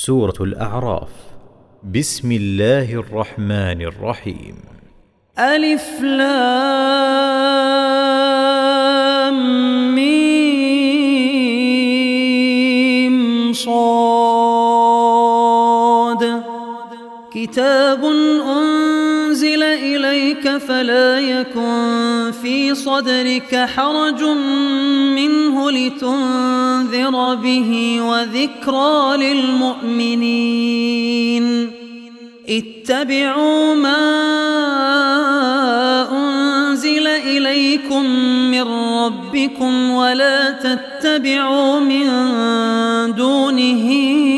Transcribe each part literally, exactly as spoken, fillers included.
سورة الأعراف. بسم الله الرحمن الرحيم. ألف لام ميم صاد. كتاب أنزل إليك فلا يكن في صدرك حرج منه لتنذر به وذكرى للمؤمنين. اتبعوا ما أنزل إليكم من ربكم ولا تتبعوا من دونه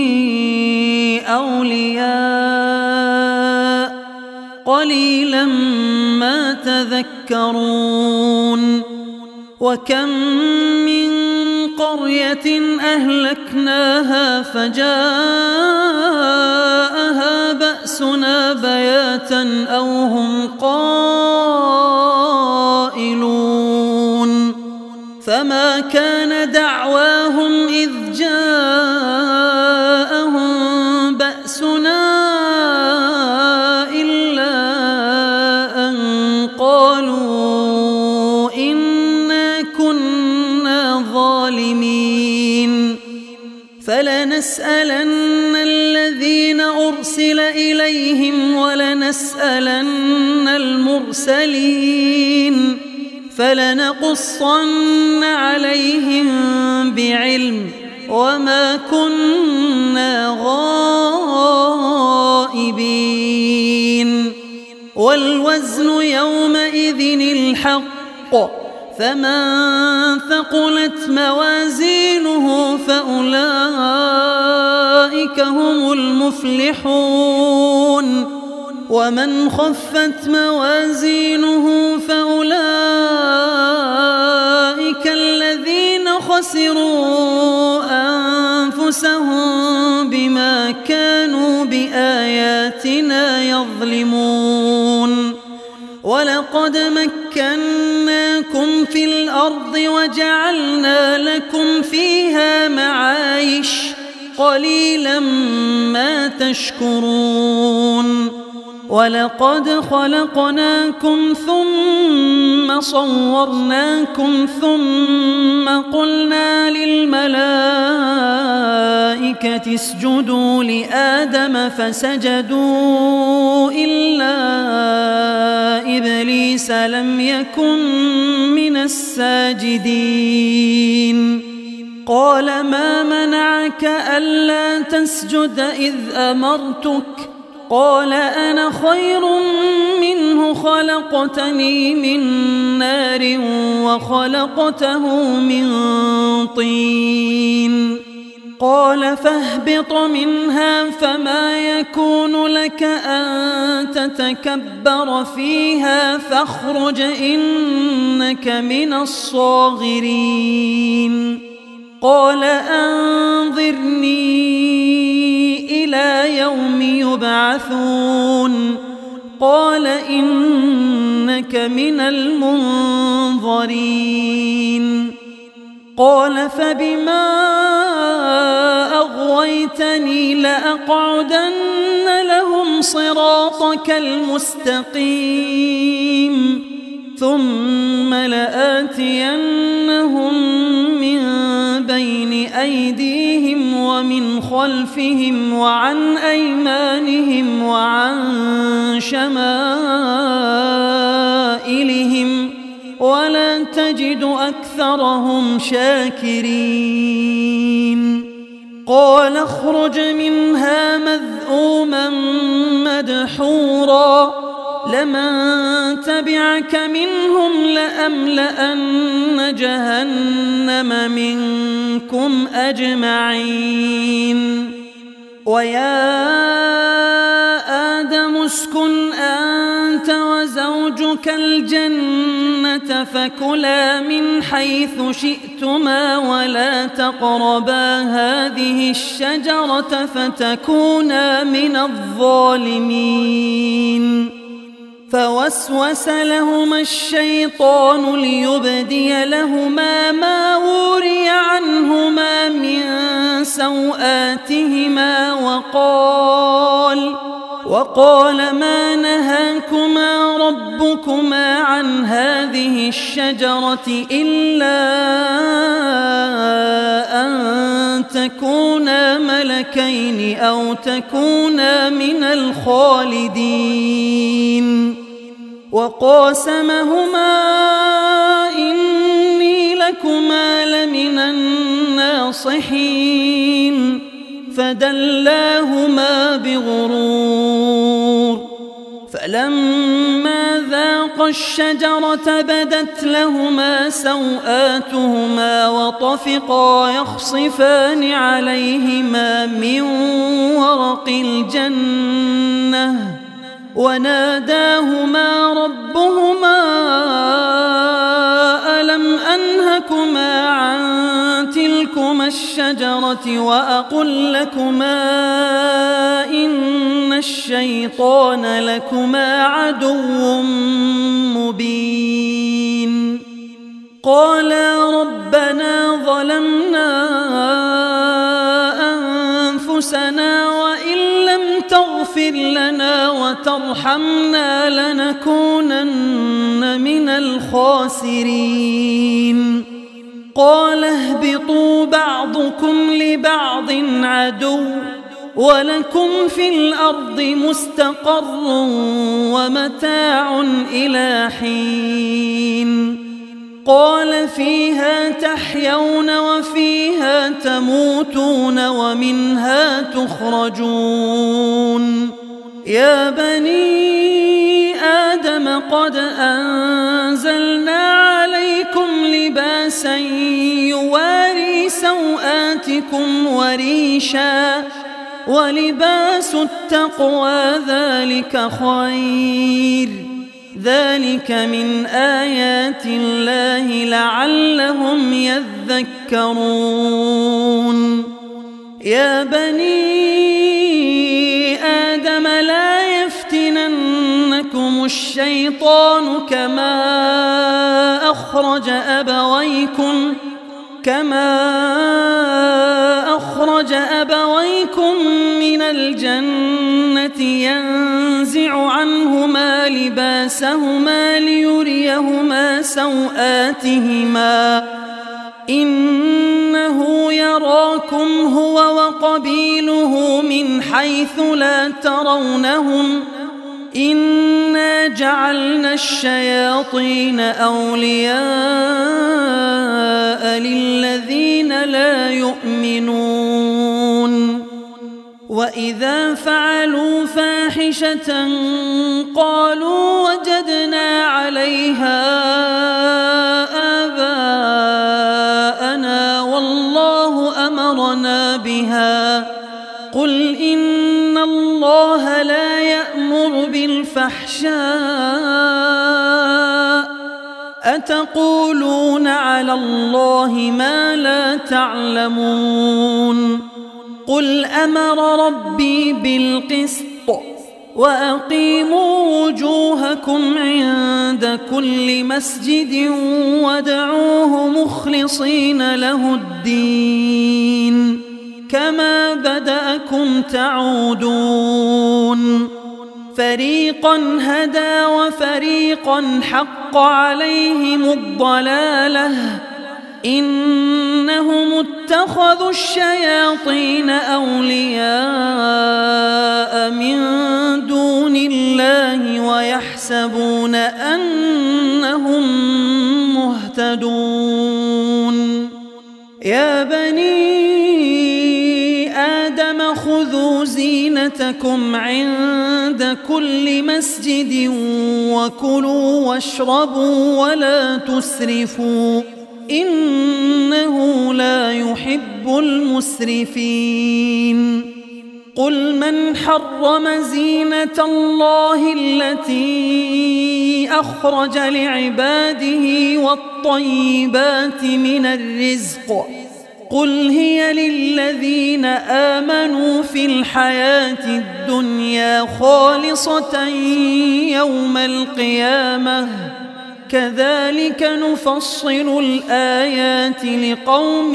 أولياء قليلا ما تذكرون. وكم من قرية أهلكناها فجاءها بأسنا بياتا أو هم قائلون. فما كان دعواهم إذ جاءهم بأسنا إلا أن قالوا إنا كنا ظالمين. فلنسألن الذين أرسل إليهم ولنسألن المرسلين فلنقصن عليهم بعلم وما كنا غائبين. والوزن يومئذ الحق فمن ثقلت موازينه فأولئك هم المفلحون. ومن خفت موازينه فأولئك الذين خسروا أنفسهم بما كانوا بآياتنا يظلمون. ولقد مكناكم في الأرض وجعلنا لكم فيها معايش قليلا ما تشكرون. ولقد خلقناكم ثم صورناكم ثم قلنا للملائكة اسجدوا لآدم فسجدوا إلا إبليس لم يكن من الساجدين. قال ما منعك ألا تسجد إذ أمرتك؟ قال أنا خير منه خلقتني من نار وخلقته من طين. قال فاهبط منها فما يكون لك أن تتكبر فيها فاخرج إنك من الصاغرين. قال أنظرني إلى يوم يبعثون. قال إنك من المنظرين. قال فبما أغويتني لأقعدن لهم صراطك المستقيم ثم لآتينهم من بين أيديهم ومن خلفهم وعن أيمانهم وعن شمائلهم ولا تجد أكثرهم شاكرين. قال اخرج منها مذءوما مدحورا لمن تبعك منهم لأملأن جهنم منكم أجمعين. ويا آدم اسكن أنت وزوجك الجنة فكلا من حيث شئتما ولا تقربا هذه الشجرة فتكونا من الظالمين. فوسوس لهما الشيطان ليبدي لهما ما وري عنهما من سوآتهما وقال وقال ما نهاكما ربكما عن هذه الشجرة إلا أن تكونا ملكين أو تكونا من الخالدين وقاسمهما إني لكما لمن الناصحين فدلاهما بغرور فلما ذاقا الشجرة بدت لهما سوآتهما وطفقا يخصفان عليهما من ورق الجنة وناداهما ربهما ألم أنهكما عن تلكما الشجرة وأقل لكما إن الشيطان لكما عدو مبين قالا ربنا ظلمنا أنفسنا وإن لم تغفر لنا وترحمنا لنكونن من الخاسرين قال اهبطوا بعضكم لبعض عدو ولكم في الأرض مستقر ومتاع إلى حين قال فيها تحيون وفيها تموتون ومنها تخرجون يا بني آدم قد أنزلنا عليكم لباسا يواري سوآتكم وريشا ولباس التقوى ذلك خير ذلك من آيات الله لعلهم يذكرون يا بني آدم لا يفتننكم الشيطان كما أخرج أبويكم كما أخرج أبويكم من الجنة ينزع عنهما لباسهما ليريهما سوآتهما إنه يراكم هو وقبيله من حيث لا ترونهم إنا جعلنا الشياطين أولياء للذين لا يؤمنون وإذا فعلوا فاحشة قالوا وجدنا عليها آباءنا والله أمرنا بها قل إن الله لا يأمر بالفحشاء أتقولون على الله ما لا تعلمون قل أمر ربي بالقسط وأقيموا وجوهكم عند كل مسجد وادعوه مخلصين له الدين كما بدأكم تعودون فريقا هدى وفريقا حق عليهم الضلالة إنهم اتخذوا الشياطين أولياء من دون الله ويحسبون أنهم مهتدون يا بني آدم خذوا زينتكم عند كل مسجد وكلوا واشربوا ولا تسرفوا إنه لا يحب المسرفين قل من حرم زينة الله التي أخرج لعباده والطيبات من الرزق قل هي للذين آمنوا في الحياة الدنيا خالصة يوم القيامة كذلك نفصل الآيات لقوم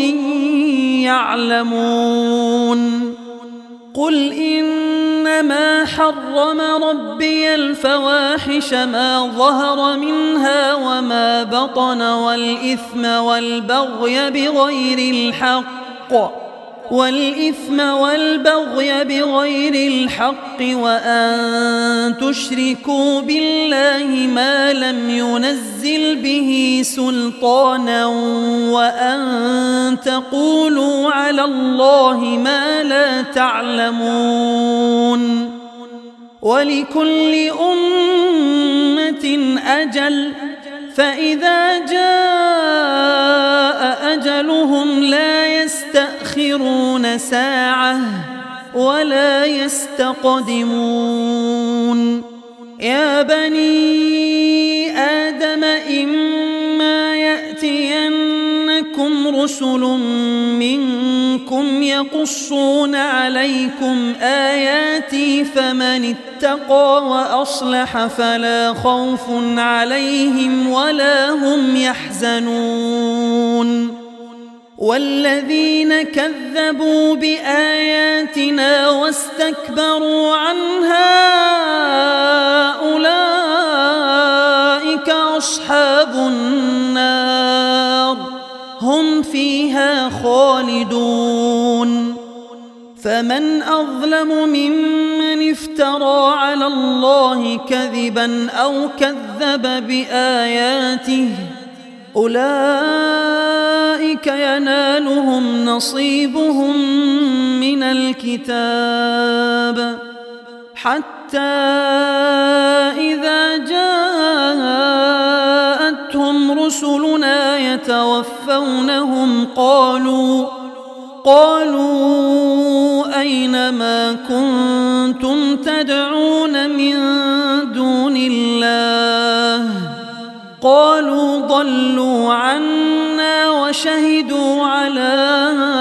يعلمون قل إنما حرم ربي الفواحش ما ظهر منها وما بطن والإثم والبغي بغير الحق والإثم والبغي بغير الحق وأن تشركوا بالله ما لم ينزل به سلطانا وأن تقولوا على الله ما لا تعلمون ولكل أمة أجل فإذا جاء أجلهم لا يستأخرون ساعة ولا يستقدمون يا بني آدم إما يأتينكم رسل منكم يقصون عليكم آياتي فمن اتقى وأصلح فلا خوف عليهم ولا هم يحزنون والذين كذبوا بآياتنا واستكبروا عنها أولئك أصحاب النار هم فيها خالدون فمن أظلم ممن افترى على الله كذبا أو كذب بآياته أولئك ينالهم نصيبهم من الكتاب حتى إذا جاءتهم رسلنا يتوفونهم قالوا قالوا أين ما كنتم تدعون من دون الله قالوا ضلوا عنا وشهدوا على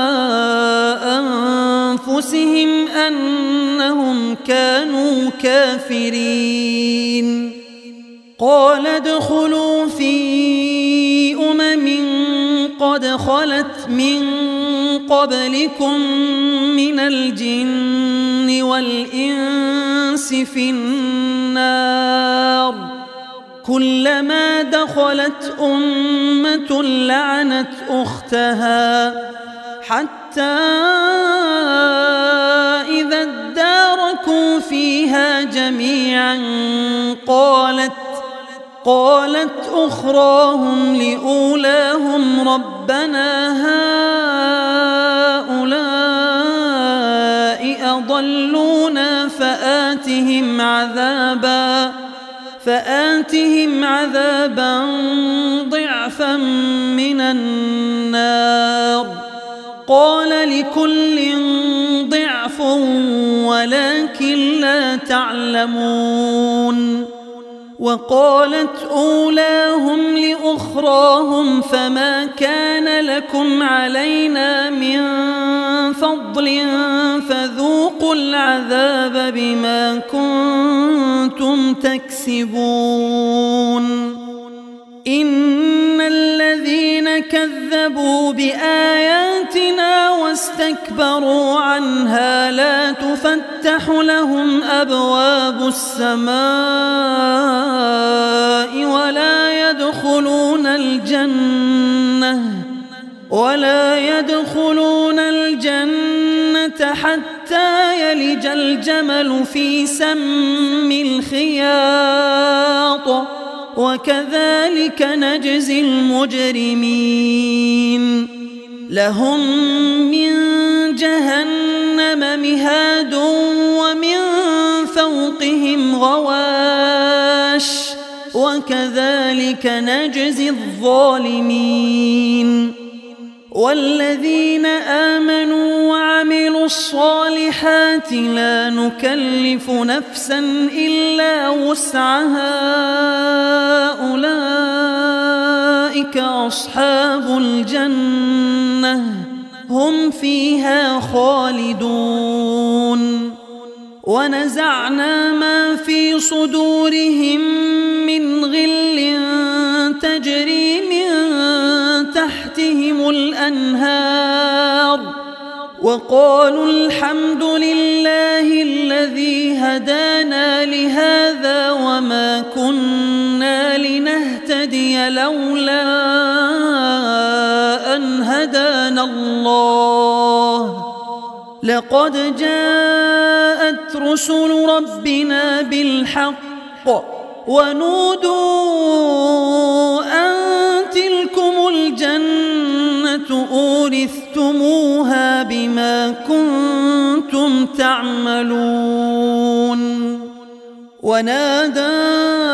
أنفسهم أنهم كانوا كافرين قال ادخلوا في أمم قد خلت من قبلكم من الجن والإنس في النار كلما دخلت أمة لعنت أختها حتى إذا اداركوا فيها جميعا قالت قالت أخراهم لأولاهم ربنا هؤلاء أضلونا فآتهم عذابا فآتهم عذابا ضعفا من النار قال لكل ضعف ولكن لا تعلمون وقالت أولاهم لأخراهم فما كان لكم علينا من فضل فذوقوا العذاب بما كنتم تكسبون إن الذين كذبوا بآياتنا واستكبروا عنها لا تفتح لهم أبواب السماء ولا يدخلون الجنة ولا يدخلون الجنة حتى يلج الجمل في سم الخياط وكذلك نجزي المجرمين لهم من جهنم مهاد ومن فوقهم غواش وكذلك نجزي الظالمين والذين آمنوا وعملوا الصالحات لا نكلف نفسا إلا وسعها أولئك أصحاب الجنة هم فيها خالدون ونزعنا ما في صدورهم من غل تجري من تحتهم الأنهار وقالوا الحمد لله الذي هدانا لهذا وما كنا لنهتدي لولا أن هدانا الله لقد جاءت رسل ربنا بالحق ونودوا أن تلكم الجنة أورثتموها بما كنتم تعملون ونادى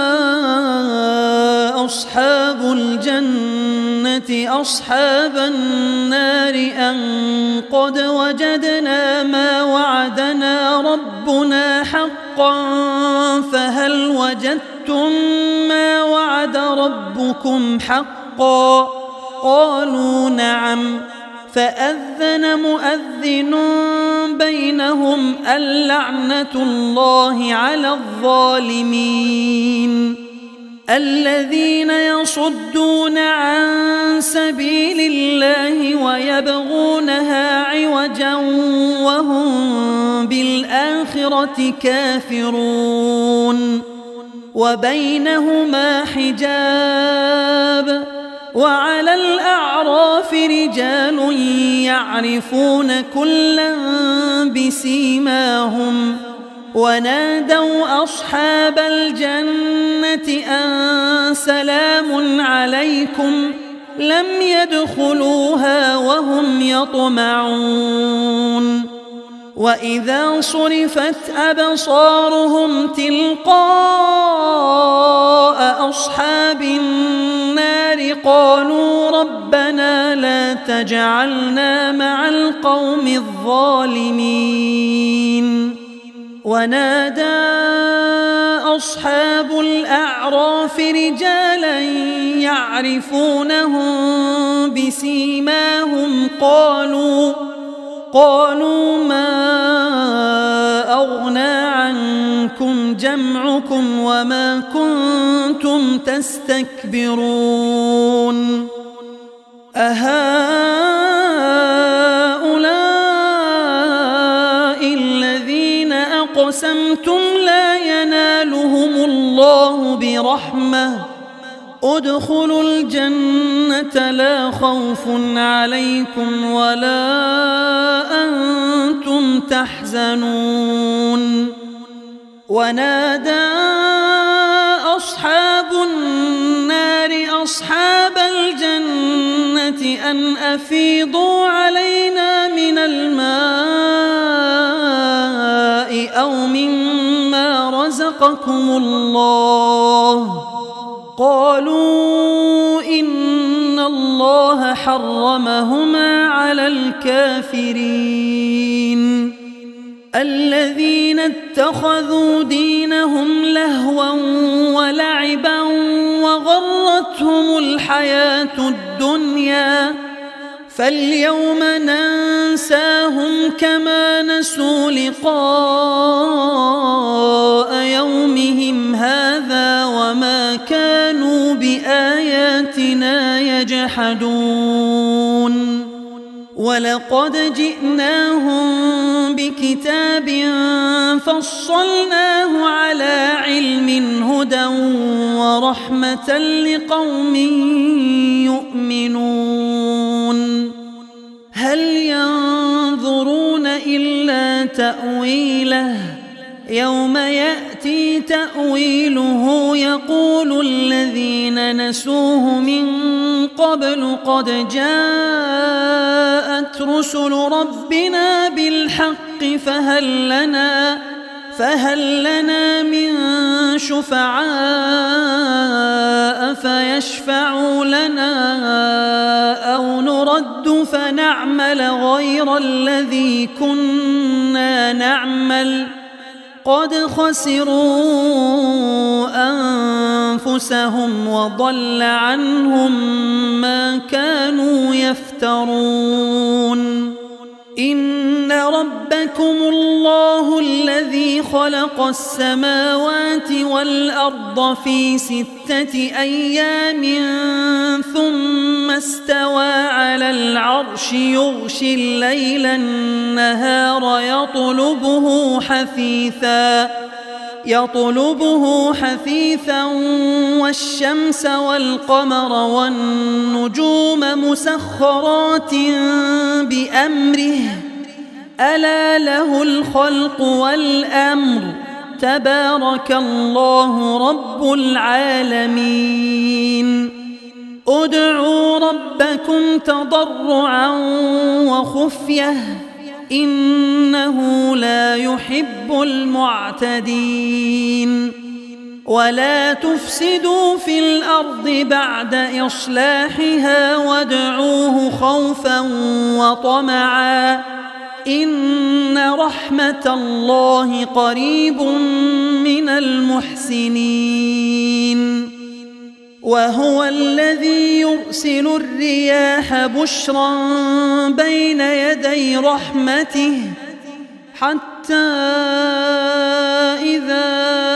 أصحاب الجنة أصحاب النار أن قد وجدنا ما وعدنا ربنا حقا فهل وجدتم ما وعد ربكم حقا قالوا نعم فأذن مؤذن بينهم اللعنة الله على الظالمين الذين يصدون عن سبيل الله ويبغونها عوجا وهم بالآخرة كافرون وبينهما حجاب وعلى الأعراف رجال يعرفون كلا بسيماهم ونادوا أصحاب الجنة أن سلام عليكم لم يدخلوها وهم يطمعون وإذا صرفت أبصارهم تلقاء أصحاب النار قالوا ربنا لا تجعلنا مع القوم الظالمين ونادى أصحاب الأعراف رجالا يعرفونهم بسيماهم قالوا قالوا ما أغنى عنكم جمعكم وما كنتم تستكبرون أهؤلاء الذين أقسمتم لا ينالهم الله برحمة ادخلوا الجنة لا خوف عليكم ولا أنتم تحزنون ونادى أصحاب النار أصحاب الجنة أن أفيضوا علينا من الماء أو مما رزقكم الله قالوا إن الله حرمهما على الكافرين الذين اتخذوا دينهم لهوا ولعبا وغرتهم الحياة الدنيا فاليوم ننساهم كما نسوا لقاء يومهم هذا وما كانوا بآياتنا يجحدون ولقد جئناهم بكتاب فصلناه على علم هدى ورحمة لقوم يؤمنون هل ينظرون إلا تأويله يوم يأتي تأويله يقول الذين نسوه من قبل قد جاءت رسل ربنا بالحق فهل لنا فهل لنا من شفعاء فيشفعوا لنا أو نرد فنعمل غير الذي كنا نعمل قد خسروا أن أنفسهم وضل عنهم ما كانوا يفترون إن ربكم الله الذي خلق السماوات والأرض في ستة أيام ثم استوى على العرش يغشي الليل النهار يطلبه حثيثا يطلبه حثيثا والشمس والقمر والنجوم مسخرات بأمره ألا له الخلق والأمر تبارك الله رب العالمين ادعوا ربكم تضرعا وخفية إنه لا يحب المعتدين ولا تفسدوا في الأرض بعد إصلاحها وادعوه خوفا وطمعا إن رحمة الله قريب من المحسنين وهو الذي يرسل الرياح بشرا بين يدي رحمته حتى إذا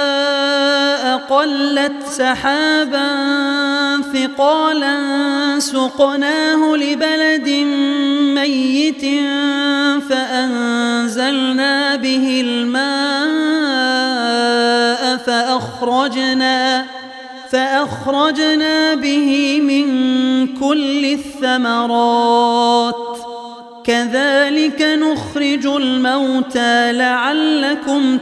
أقلت سحابا ثقالا سقناه لبلد ميت فأنزلنا به الماء فأخرجنا فأخرجنا به من كل الثمرات كذلك نخرج الموتى لعلكم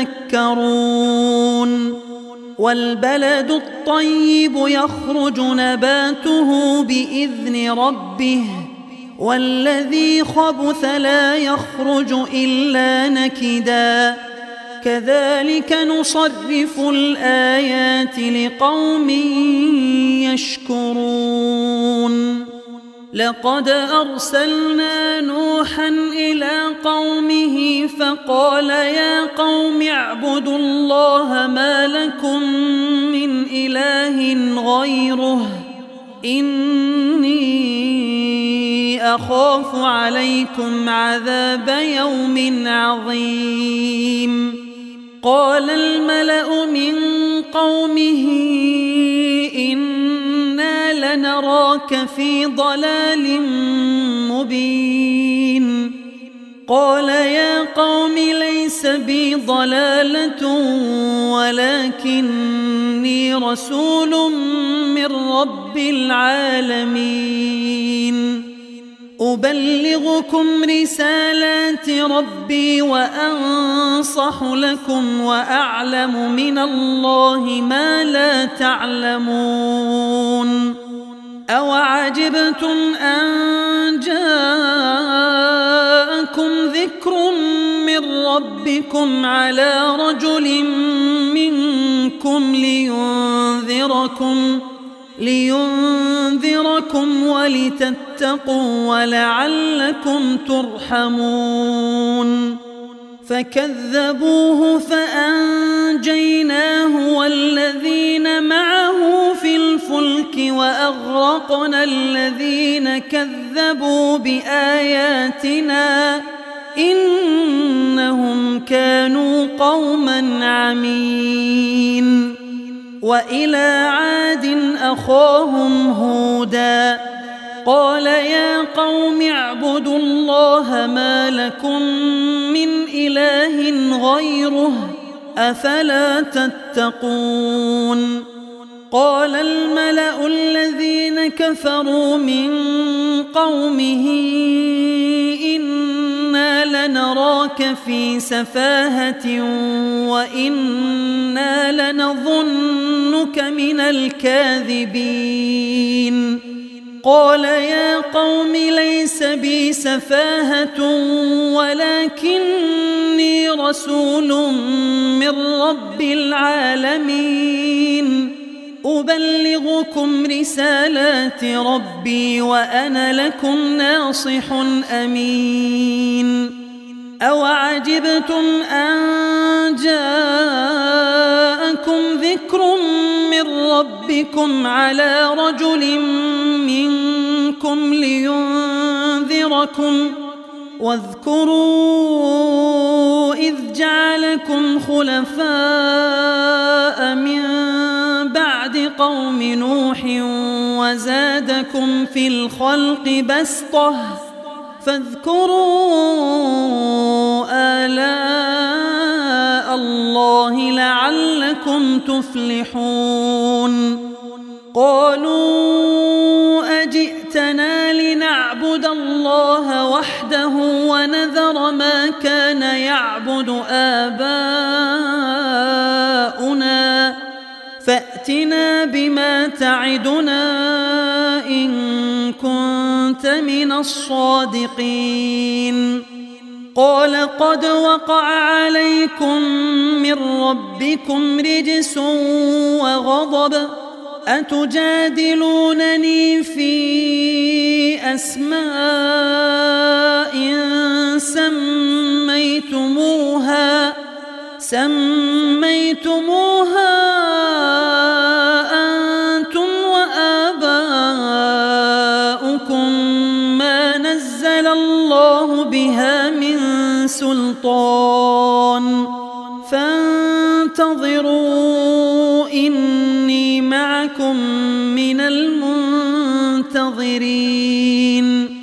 تذكرون والبلد الطيب يخرج نباته بإذن ربه والذي خبث لا يخرج إلا نكدا كذلك نصرف الآيات لقوم يشكرون لقد أرسلنا نوحا إلى قومه فقال يا قوم اعبدوا الله ما لكم من إله غيره إني أخاف عليكم عذاب يوم عظيم قال الملأ من قومه إنا لنراك في ضلال مبين قال يا قوم ليس بي ضلالة ولكني رسول من رب العالمين أبلغكم رسالات ربي وأنصح لكم وأعلم من الله ما لا تعلمون أوعجبتم أن جاءكم ذكر من ربكم على رجل منكم لينذركم لينذركم ولتتقوا ولعلكم ترحمون فكذبوه فأنجيناه والذين معه في الفلك وأغرقنا الذين كذبوا بآياتنا إنهم كانوا قوما عمين وإلى عاد أخاهم هودا قال يا قوم اعبدوا الله ما لكم من إله غيره أفلا تتقون قال الملأ الذين كفروا من قومه إنا لنراك في سفاهة وإنا لنظنك من الكاذبين قال يا قوم ليس بي سفاهة ولكني رسول من رب العالمين أبلغكم رسالات ربي وأنا لكم ناصح أمين أوعجبتم أن جاءكم ذكر من بكم على رجل منكم لينذركم واذكروا إذ جعلكم خلفاء من بعد قوم نوح وزادكم في الخلق بسطة فاذكروا آلاء الله لعلكم تفلحون قالوا أجئتنا لنعبد الله وحده ونذر ما كان يعبد آباؤنا فأتنا بما تعدنا إن كنت من الصادقين قال قد وقع عليكم من ربكم رجس وغضب أتجادلونني في أسماء سميتموها سميتموها أنتم وآباؤكم ما نزل الله بها من سلطان فانتظروا إني معكم من المنتظرين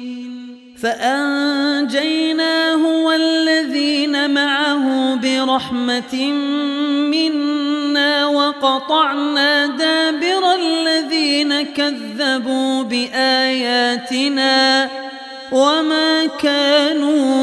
فأنجيناه والذين معه برحمة منا وقطعنا دابر الذين كذبوا بآياتنا وما كانوا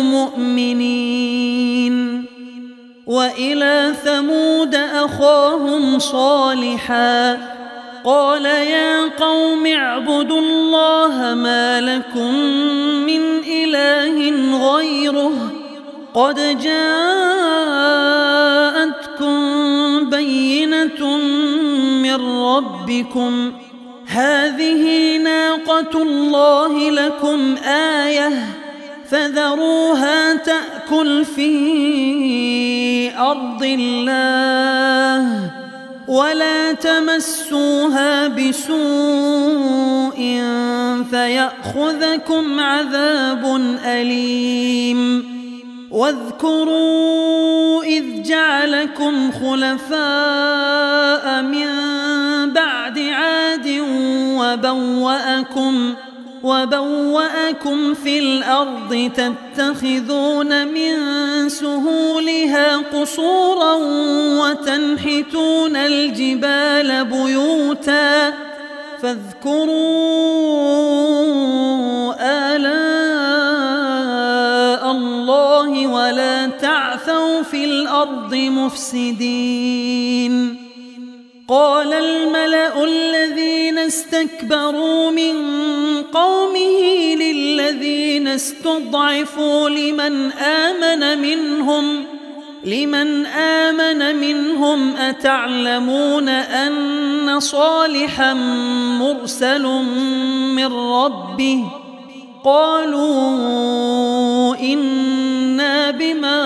مؤمنين وإلى ثمود أخاهم صالحا قال يا قوم اعبدوا الله ما لكم من إله غيره قد جاءتكم بينة من ربكم هذه ناقة الله لكم آية فذروها تأكل في أرض الله ولا تمسوها بسوء فيأخذكم عذاب أليم واذكروا إذ جعلكم خلفاء من بعد عاد وبوأكم وبوأكم في الأرض تتخذون من سهولها قصورا وتنحتون الجبال بيوتا فاذكروا آلاء الله ولا تعثوا في الأرض مفسدين قال الملأ الذين استكبروا من قومه للذين استضعفوا لمن آمن منهم لمن آمن منهم أتعلمون أن صالحا مرسل من ربه قالوا إنا بما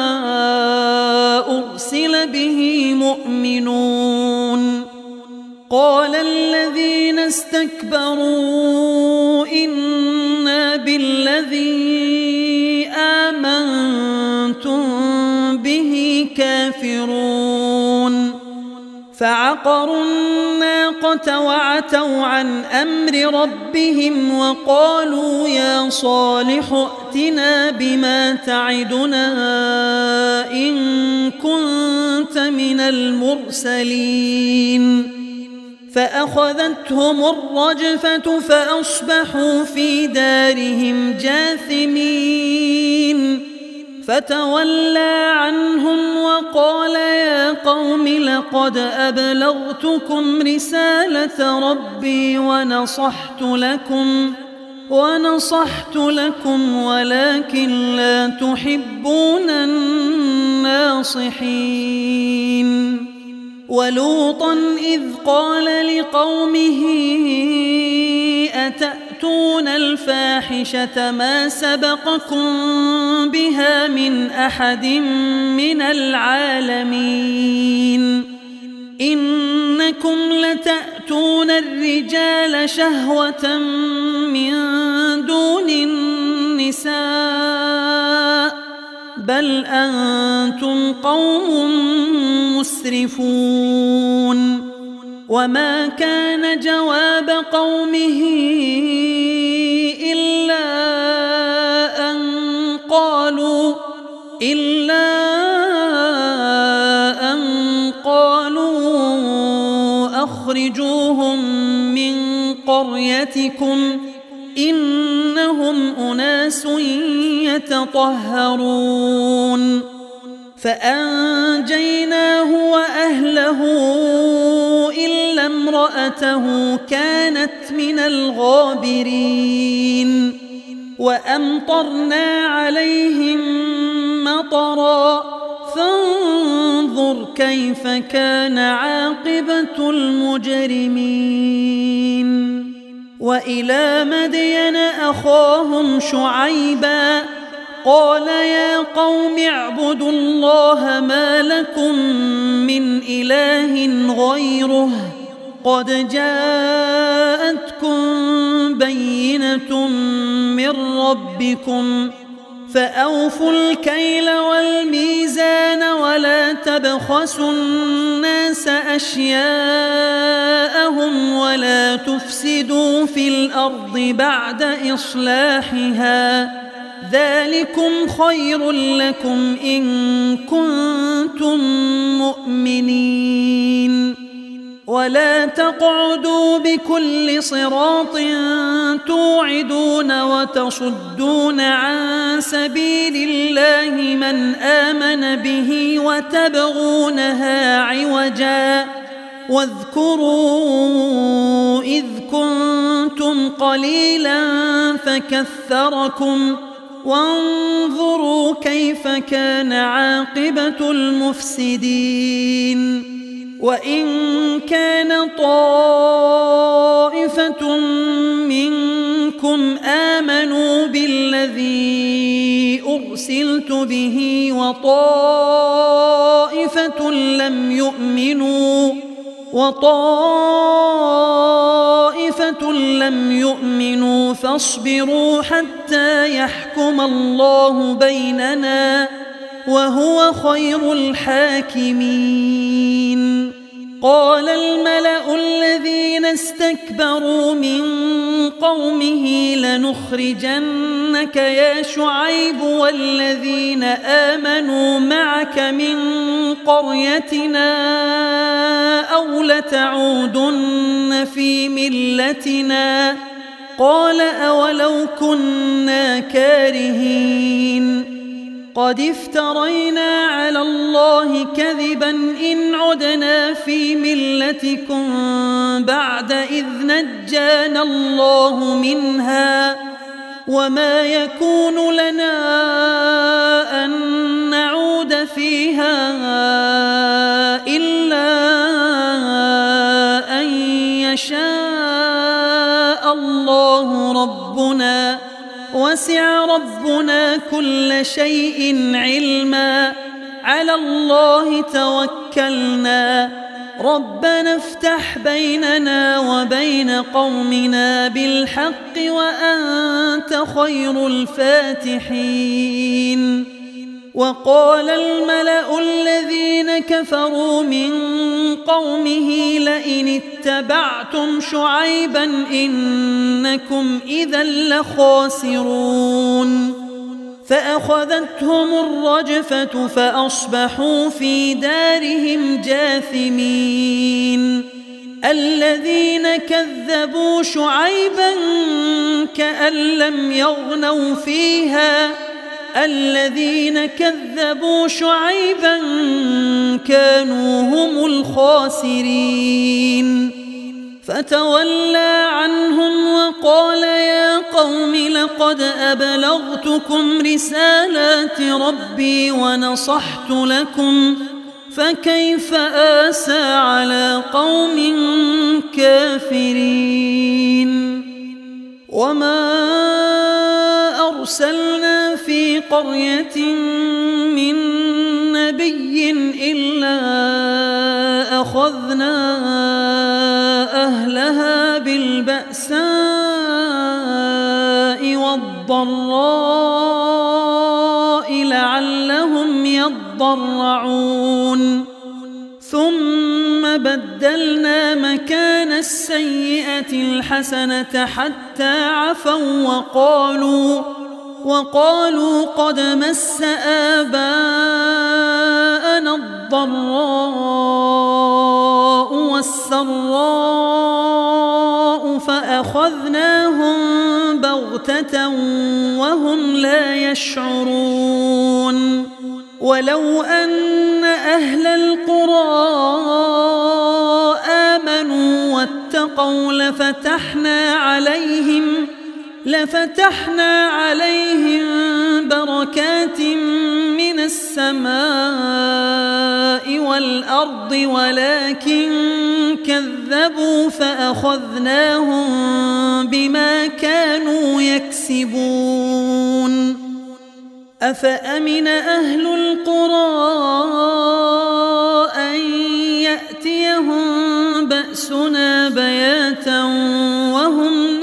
أرسل به مؤمنون قال الذين استكبروا إنا بالذي آمنتم به كافرون فعقروا الناقة وعتوا عن أمر ربهم وقالوا يا صالح ائتنا بما تعدنا إن كنت من المرسلين فأخذتهم الرجفة فأصبحوا في دارهم جاثمين فتولى عنهم وقال يا قوم لقد أبلغتكم رسالة ربي ونصحت لكم ونصحت لكم ولكن لا تحبون الناصحين ولوطا إذ قال لقومه أتأتون الفاحشة ما سبقكم بها من أحد من العالمين إنكم لتأتون يأتون الرجال شهوة من دون النساء بل أنتم قوم مسرفون. وما كان جواب قومه إلا أن قالوا إلا أن قالوا أخرجوهم من قريتكم إنهم أناس يتطهرون. فأنجيناه وأهله إلا امرأته كانت من الغابرين. وأمطرنا عليهم مطرا فانظر كيف كان عاقبة المجرمين. وإلى مدين أخاهم شعيبا قال يا قوم اعبدوا الله ما لكم من إله غيره قد جاءتكم بينة من ربكم فأوفوا الكيل والميزان ولا تبخسوا الناس أشياءهم ولا تفسدوا في الأرض بعد إصلاحها ذلكم خير لكم إن كنتم مؤمنين. ولا تقعدوا بكل صراط توعدون وتصدون عن سبيل الله من آمن به وتبغونها عوجا واذكروا إذ كنتم قليلا فكثركم وانظروا كيف كان عاقبة المفسدين. وإن كان طائفة منكم آمنوا بالذي أرسلت به وطائفة لم يؤمنوا وطائفة لم يؤمنوا فاصبروا حتى يحكم الله بيننا وهو خير الحاكمين. قال الملأ الذين استكبروا من قومه لنخرجنك يا شعيب والذين آمنوا معك من قريتنا أو لتعودن في ملتنا قال أولو كنا كارهين قد افترينا على الله كذبا إن عدنا في ملتكم بعد إذ نجانا الله منها وما يكون لنا أن نعود فيها إلا أن يشاء الله ربنا وسع ربنا كل شيء علما على الله توكلنا ربنا افتح بيننا وبين قومنا بالحق وأنت خير الفاتحين. وقال الملأ الذين كفروا من قومه لئن اتبعتم شعيبا إنكم إذا لخاسرون. فأخذتهم الرجفة فأصبحوا في دارهم جاثمين. الذين كذبوا شعيبا كأن لم يغنوا فيها الذين كذبوا شعيبا كانوا هم الخاسرين. فتولى عنهم وقال يا قوم لقد أبلغتكم رسالات ربي ونصحت لكم فكيف آسى على قوم كافرين. وما أرسلنا في قرية من نبي إلا أخذنا أهلها بالبأساء والضراء لعلهم يضرعون ثم بدلنا مكان السيئة الحسنة حتى عفوا وقالوا وقالوا قد مس آباءنا الضراء والسراء فأخذناهم بغتة وهم لا يشعرون ولو أن أهل القرى آمنوا واتقوا لفتحنا عليهم لفتحنا عليهم بركات من السماء والأرض ولكن كذبوا فأخذناهم بما كانوا يكسبون أفأمن أهل القرى أن يأتيهم بأسنا بياتا وهم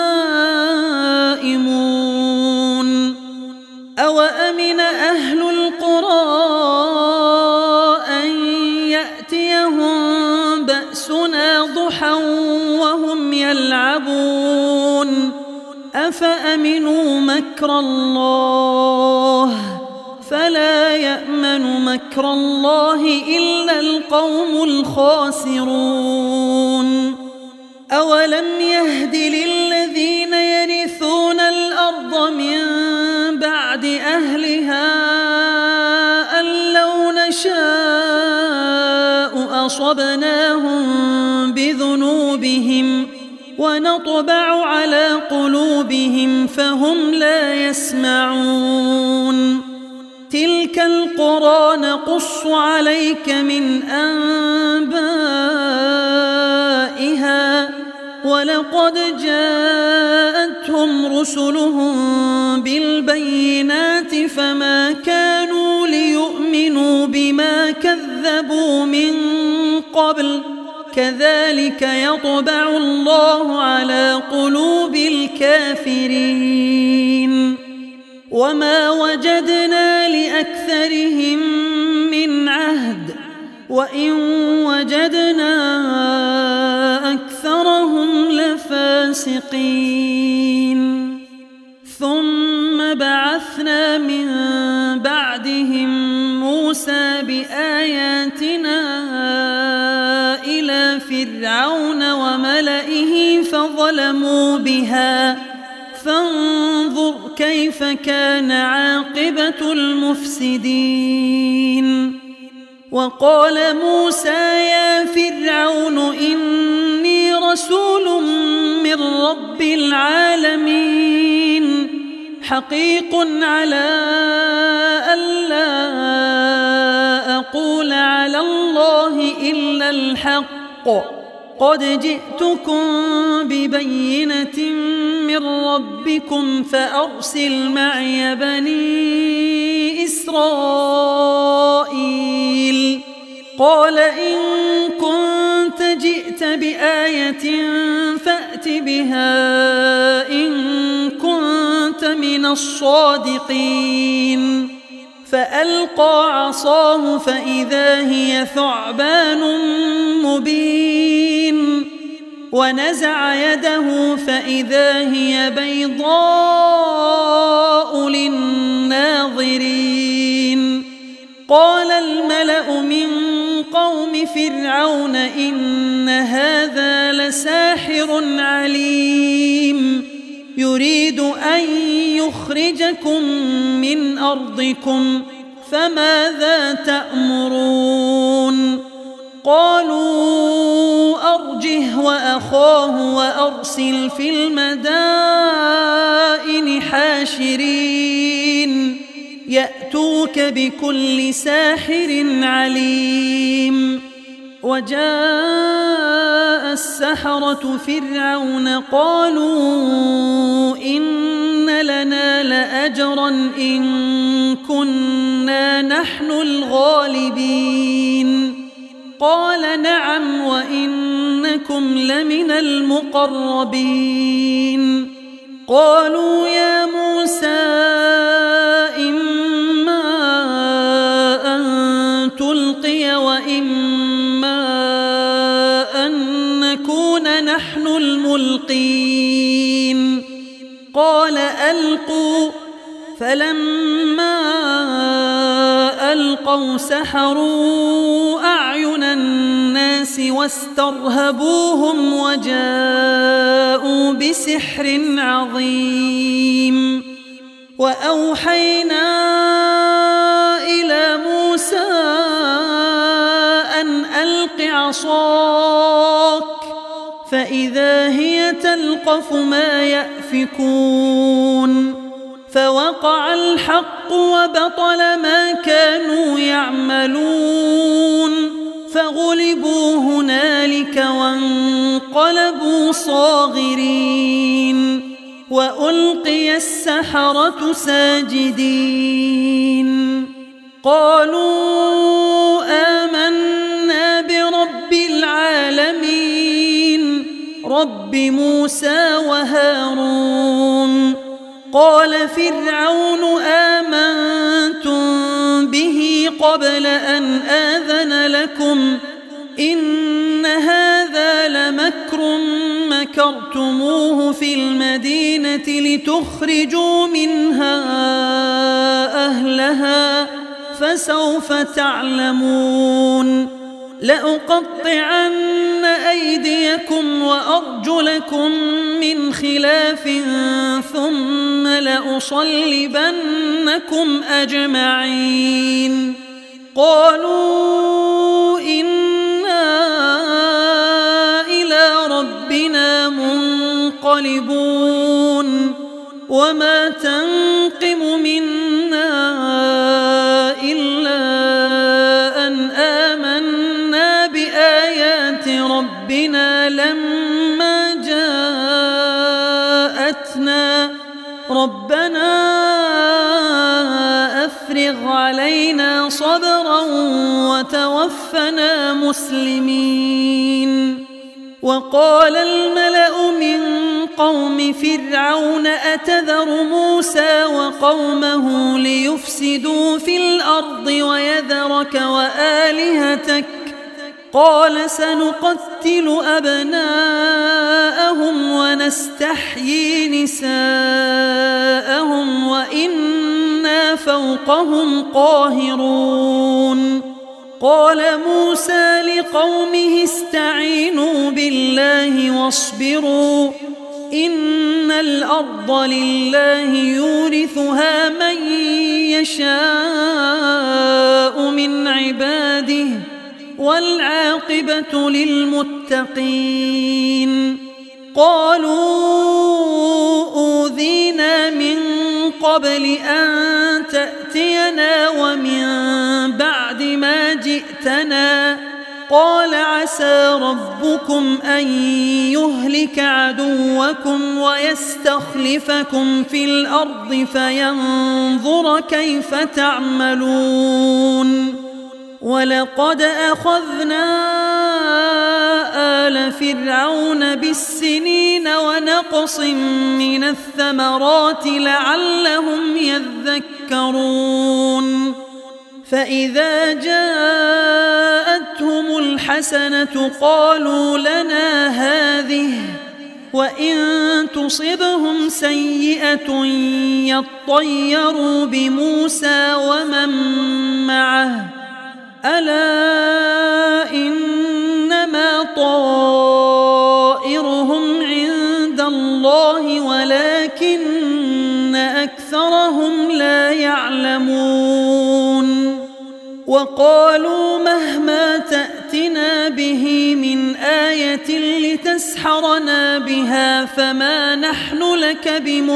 نائمون أوأمن أهل القرى أن يأتيهم بأسنا ضحى وهم يلعبون أفأمنوا مكر الله فلا يأمن مكر الله إلا القوم الخاسرون أولم يهد للذين يرثون الأرض من بعد أهلها أن لو نشاء أصبناهم بذنوبهم ونطبع على قلوبهم فهم لا يسمعون تلك القرى نقص عليك من أنبائها ولقد جاءتهم رسلهم بالبينات فما كانوا ليؤمنوا بما كذبوا من قبل كذلك يطبع الله على قلوب الكافرين وما وجدنا لأكثرهم من عهد وإن وجدنا أكثرهم لفاسقين ثم بعثنا من بعدهم موسى بآياتنا إلى فرعون وملئه فظلموا بها فانظر كيف كان عاقبة المفسدين وقال موسى يا فرعون إني رسول من رب العالمين حقيق على ألا أقول على الله إلا الحق قد جئتكم ببينة من ربكم فأرسل معي بني إسرائيل قال إن كنت جئت بآية فأت بها إن كنت من الصادقين فألقى عصاه فإذا هي ثعبان مبين ونزع يده فإذا هي بيضاء للناظرين قال الملأ من قوم فرعون إن هذا لساحر عليم يريد أن يخرجكم من أرضكم فماذا تأمرون قالوا أرجه وأخاه وأرسل في المدائن حاشرين يأتوك بكل ساحر عليم وجاء السحرة فرعون قالوا إن لنا لأجرا إن كنا نحن الغالبين قال نعم وإنكم إنكم لمن المقربين قالوا يا موسى إما أن تلقي وإما أن نكون نحن الملقين قال ألقوا فلما ألقوا سحروا أعين الناس واسترهبوهم وجاءوا بسحر عظيم وأوحينا إلى موسى أن ألق عصاك فإذا هي تلقف ما يأفكون فوقع الحق وبطل ما كانوا يعملون فغلبوا هنالك وانقلبوا صاغرين وألقي السحرة ساجدين قالوا آمنا برب العالمين رب موسى وهارون قال فرعون آمنتم به قبل أن آذن لكم إن هذا لمكر مكرتموه في المدينة لتخرجوا منها أهلها فسوف تعلمون لأقطعن أيديكم وأرجلكم من خلاف ثم لأصلبنكم أجمعين قالوا إنا إلى ربنا منقلبون وما تنقم منا إلا أن آمنا بآيات ربنا لما جاءتنا ربنا أفرغ علينا صبرا وتوفنا مسلمين وقال الملأ من قوم فرعون أتذر موسى وقومه ليفسدوا في الأرض ويذرك وآلهتك قال سنقتل أبناءهم ونستحيي نساءهم وإنا فوقهم قاهرون قال موسى لقومه استعينوا بالله واصبروا إن الأرض لله يورثها من يشاء من عباده والعاقبة للمتقين قالوا أوذينا من قبل أن تأتينا ومن بعد ما جئتنا قال عسى ربكم أن يهلك عدوكم ويستخلفكم في الأرض فينظر كيف تعملون ولقد أخذنا آل فرعون بالسنين ونقص من الثمرات لعلهم يذكرون فإذا جاءتهم الحسنة قالوا لنا هذه وإن تصبهم سيئة يطيروا بموسى ومن معه ألا إنما طائرهم عند الله ولكن أكثرهم لا يعلمون وقالوا مهما تأتنا به من آية لتسحرنا بها فما نحن لك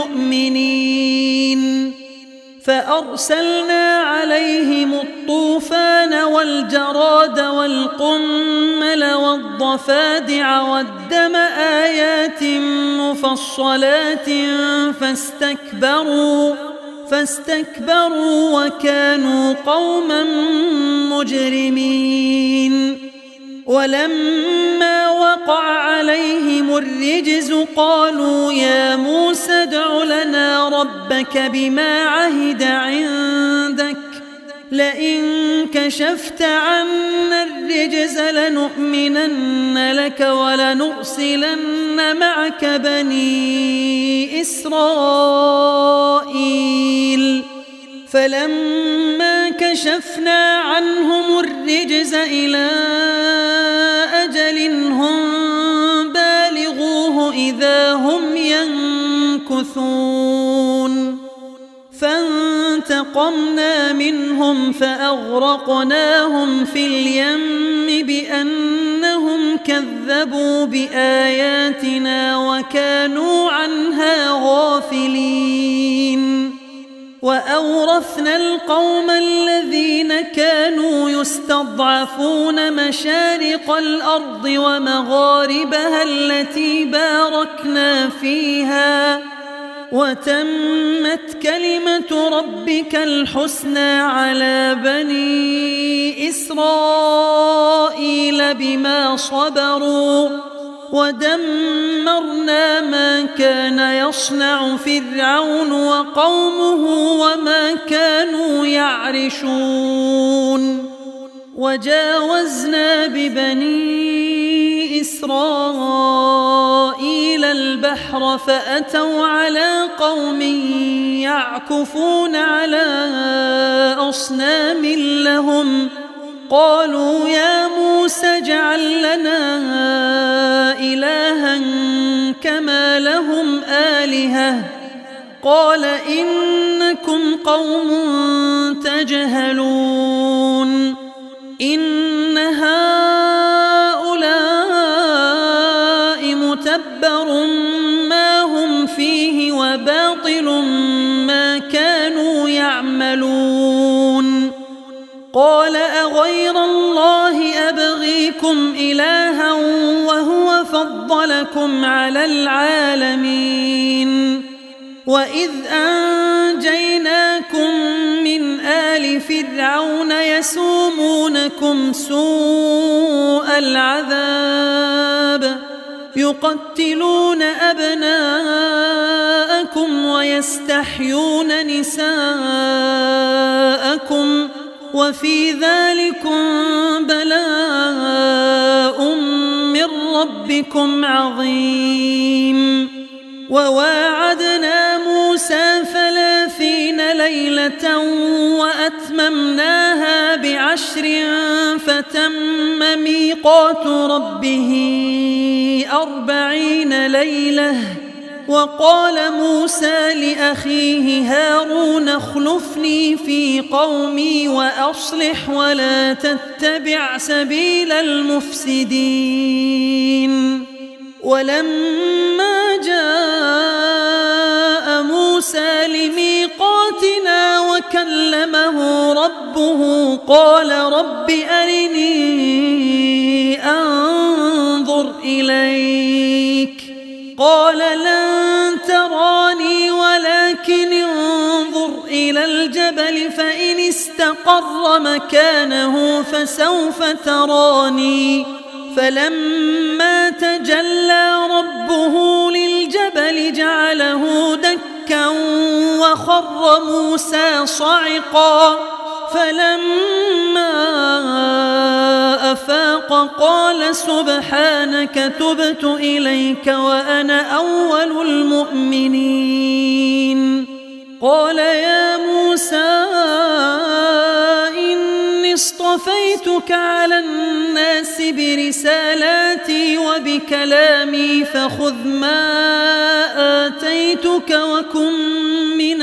بمؤمنين فأرسلنا عليهم الطوفان والجراد والقمل والضفادع والدم آيات مفصلات فاستكبروا فاستكبروا وكانوا قوما مجرمين ولما وقع وقع عليهم الرجز قالوا يا موسى ادع لنا ربك بما عهد عندك لئن كشفت عنا الرجز لنؤمنن لك ولنرسلن معك بني إسرائيل فلما كشفنا عنهم الرجز إلى أجل هم بالغوه إذا هم ينكثون فانتقمنا منهم فأغرقناهم في اليم بأنهم كذبوا بآياتنا وكانوا عنها غافلين وأورثنا القوم الذين كانوا يستضعفون مشارق الأرض ومغاربها التي باركنا فيها وتمت كلمة ربك الحسنى على بني إسرائيل بما صبروا ودمرنا ما كان يصنع فرعون وقومه وما كانوا يعرشون وجاوزنا ببني إسرائيل البحر فأتوا على قوم يعكفون على أصنام لهم قالوا يا موسى اجعل لنا إلها كما لهم آلهة قال إنكم قوم تجهلون إن هؤلاء متبر ما هم فيه وباطل ما كانوا يعملون قال أغير الله أبغيكم إلها وهو فضلكم على العالمين وإذ أنجيناكم من آل فرعون يسومونكم سوء العذاب يقتلون أبناءكم ويستحيون نساءكم وفي ذلكم بلاء من ربكم عظيم وواعدنا موسى ثلاثين ليلة وأتممناها بعشر فتم ميقات ربه أربعين ليلة وقال موسى لأخيه هارون اخلفني في قومي وأصلح ولا تتبع سبيل المفسدين ولما جاء موسى لميقاتنا وكلمه ربه قال رب أرني أنظر إليك قال لن تراني ولكن انظر إلى الجبل فإن استقر مكانه فسوف تراني فلما تجلى ربه للجبل جعله دكا وخر موسى صعقا فلما أفاق قال سبحانك تبت إليك وأنا أول المؤمنين قال يا موسى إني اصطفيتك على الناس برسالاتي وبكلامي فخذ ما آتيتك وكن من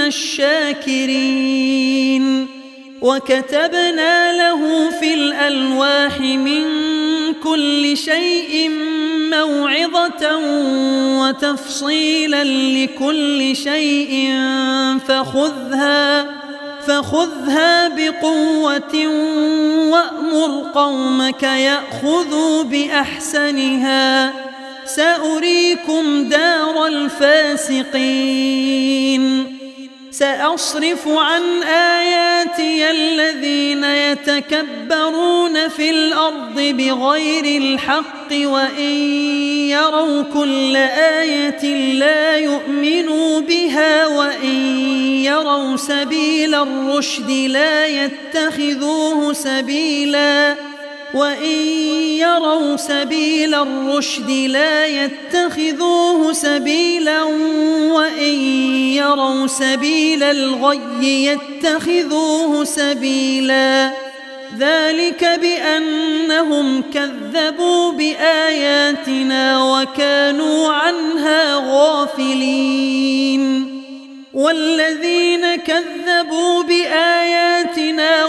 الشاكرين وكتبنا له في الألواح من كل شيء موعظة وتفصيلا لكل شيء فخذها فخذها بقوة وأمر قومك يأخذوا بأحسنها سأريكم دار الفاسقين سأصرف عن آياتي الذين يتكبرون في الأرض بغير الحق وإن يروا كل آية لا يؤمنوا بها وإن يروا سبيل الرشد لا يتخذوه سبيلا وإن يروا سبيل الرشد لا يتخذوه سبيلا وإن يروا سبيل الغي يتخذوه سبيلا ذلك بأنهم كذبوا بآياتنا وكانوا عنها غافلين والذين كذبوا بآياتنا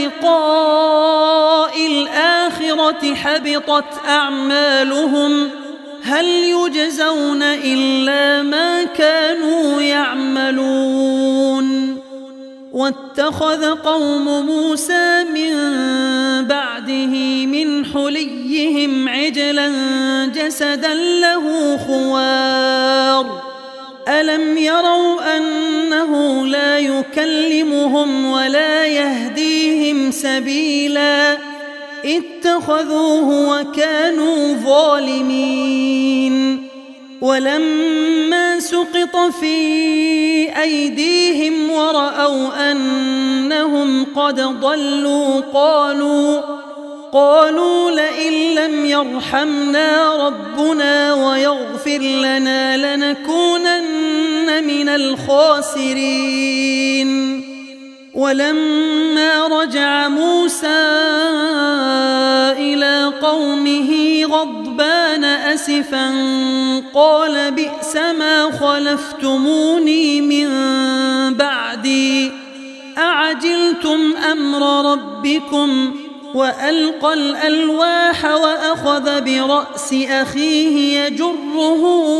ولقاء الآخرة حبطت أعمالهم هل يجزون إلا ما كانوا يعملون واتخذ قوم موسى من بعده من حليهم عجلا جسدا له خوار ألم يروا أنه لا يكلمهم ولا يهديهم سبيلا اتخذوه وكانوا ظالمين ولما سقط في أيديهم ورأوا أنهم قد ضلوا قالوا قالوا لئن لم يرحمنا ربنا ويغفر لنا لنكونن من الخاسرين ولما رجع موسى إلى قومه غضبان أسفا قال بئس ما خلفتموني من بعدي أعجلتم أمر ربكم وألقى الألواح وأخذ برأس أخيه يجره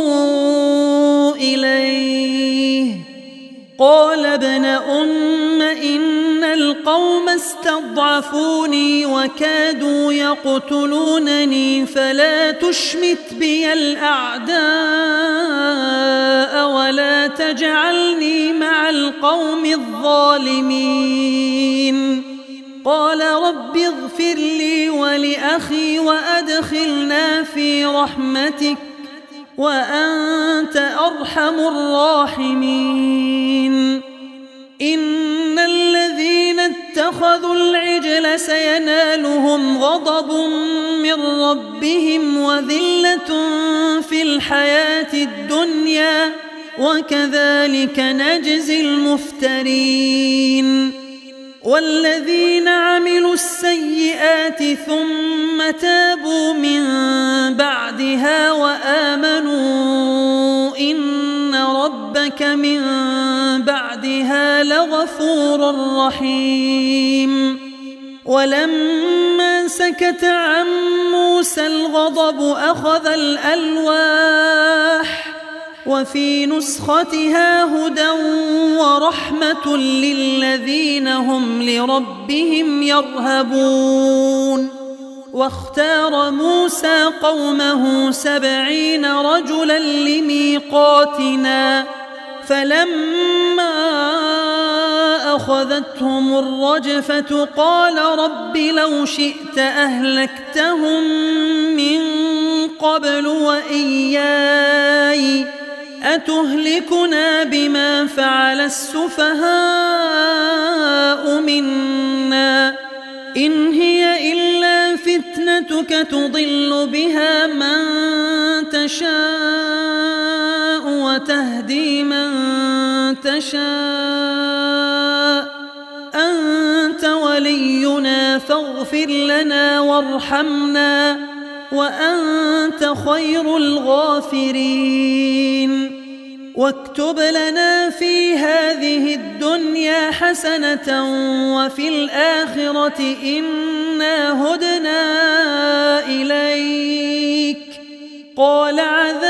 إليه قال ابن أم إن القوم استضعفوني وكادوا يقتلونني فلا تشمت بي الأعداء ولا تجعلني مع القوم الظالمين قال رب اغفر لي ولأخي وأدخلنا في رحمتك وأنت أرحم الراحمين إن الذين اتخذوا العجل سينالهم غضب من ربهم وذلة في الحياة الدنيا وكذلك نجزي المفترين والذين عملوا السيئات ثم تابوا من بعدها وآمنوا إن ربك من بعدها لغفور رحيم ولما سكت عن موسى الغضب أخذ الألواح وفي نسختها هدى ورحمة للذين هم لربهم يرهبون واختار موسى قومه سبعين رجلا لميقاتنا فلما أخذتهم الرجفة قال رب لو شئت أهلكتهم من قبل وإياي أتهلكنا بما فعل السفهاء منا إن هي إلا فتنتك تضل بها من تشاء وتهدي من تشاء أنت ولينا فاغفر لنا وارحمنا وأنت خير الغافرين واكتب لنا في هذه الدنيا حسنة وفي الآخرة إنا هدنا إليك قال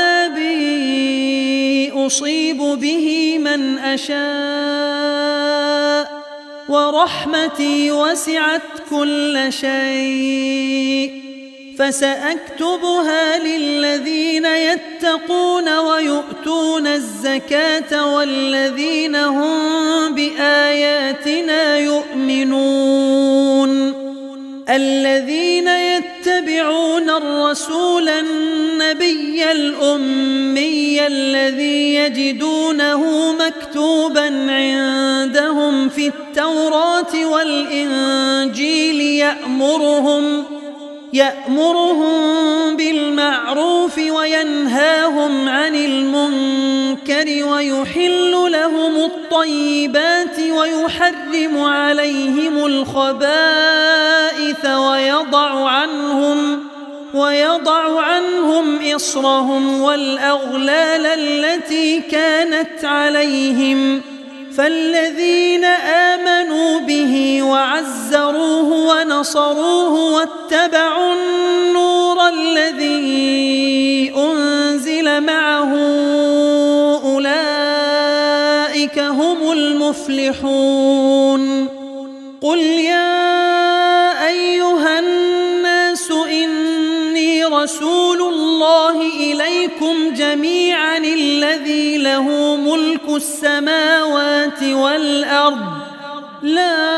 عذابي أصيب به من أشاء ورحمتي وسعت كل شيء فسأكتبها للذين يتقون ويؤتون الزكاة والذين هم بآياتنا يؤمنون الذين يتبعون الرسول النبي الأمي الذي يجدونه مكتوبا عندهم في التوراة والإنجيل يأمرهم يأمرهم بالمعروف وينهاهم عن المنكر ويحل لهم الطيبات ويحرم عليهم الخبائث ويضع عنهم ويضع عنهم إصرهم والأغلال التي كانت عليهم فالذين آمنوا به وعزروه ونصروه واتبعوا النور الذي أنزل معه أولئك هم المفلحون قل يا أيها الناس إني رسول الله إليكم جميعا الذي له ملك السماوات والأرض لا